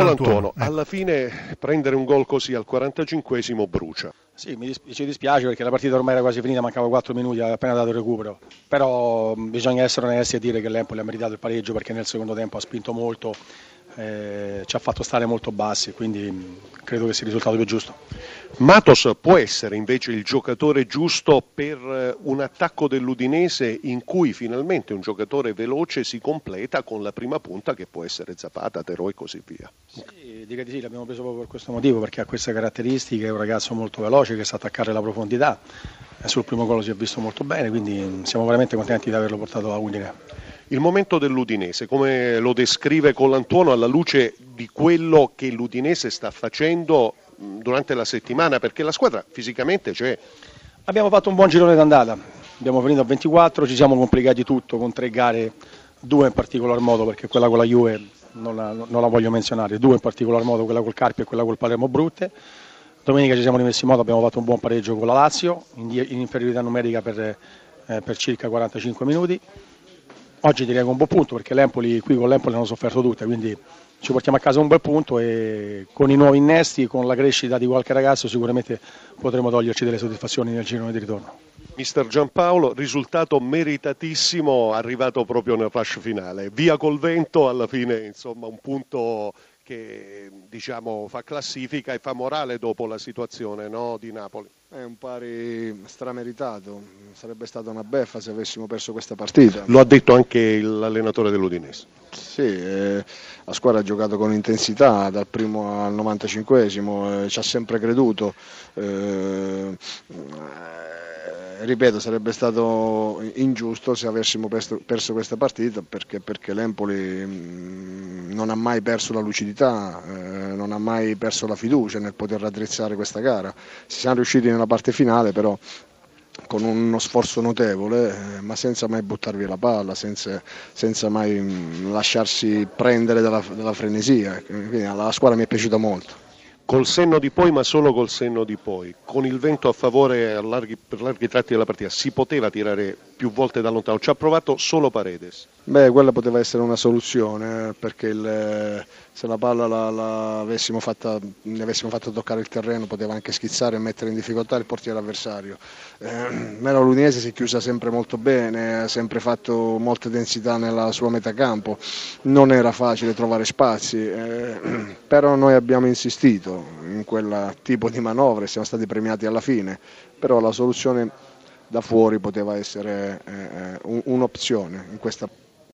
Colantuono, alla fine prendere un gol così al 45esimo brucia. Sì, ci dispiace perché la partita ormai era quasi finita, mancava 4 minuti, aveva appena dato il recupero. Però bisogna essere onesti e dire che l'Empoli ha meritato il pareggio perché nel secondo tempo ha spinto molto, ci ha fatto stare molto bassi, quindi credo che sia il risultato più giusto. Matos può essere invece il giocatore giusto per un attacco dell'Udinese in cui finalmente un giocatore veloce si completa con la prima punta che può essere Zapata, Terò e così via. Sì, direi di sì, l'abbiamo preso proprio per questo motivo, perché ha queste caratteristiche, è un ragazzo molto veloce che sa attaccare la profondità, sul primo gol si è visto molto bene, quindi siamo veramente contenti di averlo portato a Udine. Il momento dell'Udinese, come lo descrive Colantuono alla luce di quello che l'Udinese sta facendo durante la settimana, perché la squadra fisicamente c'è. Abbiamo fatto un buon girone d'andata, abbiamo finito a 24, ci siamo complicati tutto con 3 gare, 2 in particolar modo, perché quella con la Juve non la voglio menzionare, 2 in particolar modo, quella col Carpi e quella col Palermo brutte. Domenica ci siamo rimessi in moto, abbiamo fatto un buon pareggio con la Lazio, in inferiorità numerica per circa 45 minuti. Oggi direi che un buon punto perché qui con l'Empoli hanno sofferto tutte, quindi ci portiamo a casa un bel punto e con i nuovi innesti, con la crescita di qualche ragazzo sicuramente potremo toglierci delle soddisfazioni nel girone di ritorno. Mister Giampaolo, risultato meritatissimo arrivato proprio nel rush finale, via col vento, alla fine insomma un punto che diciamo fa classifica e fa morale dopo la situazione, no, di Napoli. È un pari strameritato, sarebbe stata una beffa se avessimo perso questa partita. Lo ha detto anche l'allenatore dell'Udinese. Sì, la squadra ha giocato con intensità dal primo al 95esimo, ci ha sempre creduto. Ripeto, sarebbe stato ingiusto se avessimo perso questa partita perché l'Empoli non ha mai perso la lucidità, non ha mai perso la fiducia nel poter raddrizzare questa gara. Si siamo riusciti nella parte finale però con uno sforzo notevole, ma senza mai buttar via la palla, senza mai lasciarsi prendere dalla frenesia. Quindi la squadra mi è piaciuta molto. Col senno di poi, ma solo col senno di poi, con il vento a favore per larghi tratti della partita, si poteva tirare più volte da lontano, ci ha provato solo Paredes. Beh, quella poteva essere una soluzione, perché se la palla ne avessimo fatto toccare il terreno poteva anche schizzare e mettere in difficoltà il portiere avversario. Però l'Udinese si è chiusa sempre molto bene, ha sempre fatto molta densità nella sua metacampo, non era facile trovare spazi, però noi abbiamo insistito in quel tipo di manovre, siamo stati premiati alla fine, però la soluzione da fuori poteva essere un'opzione in questa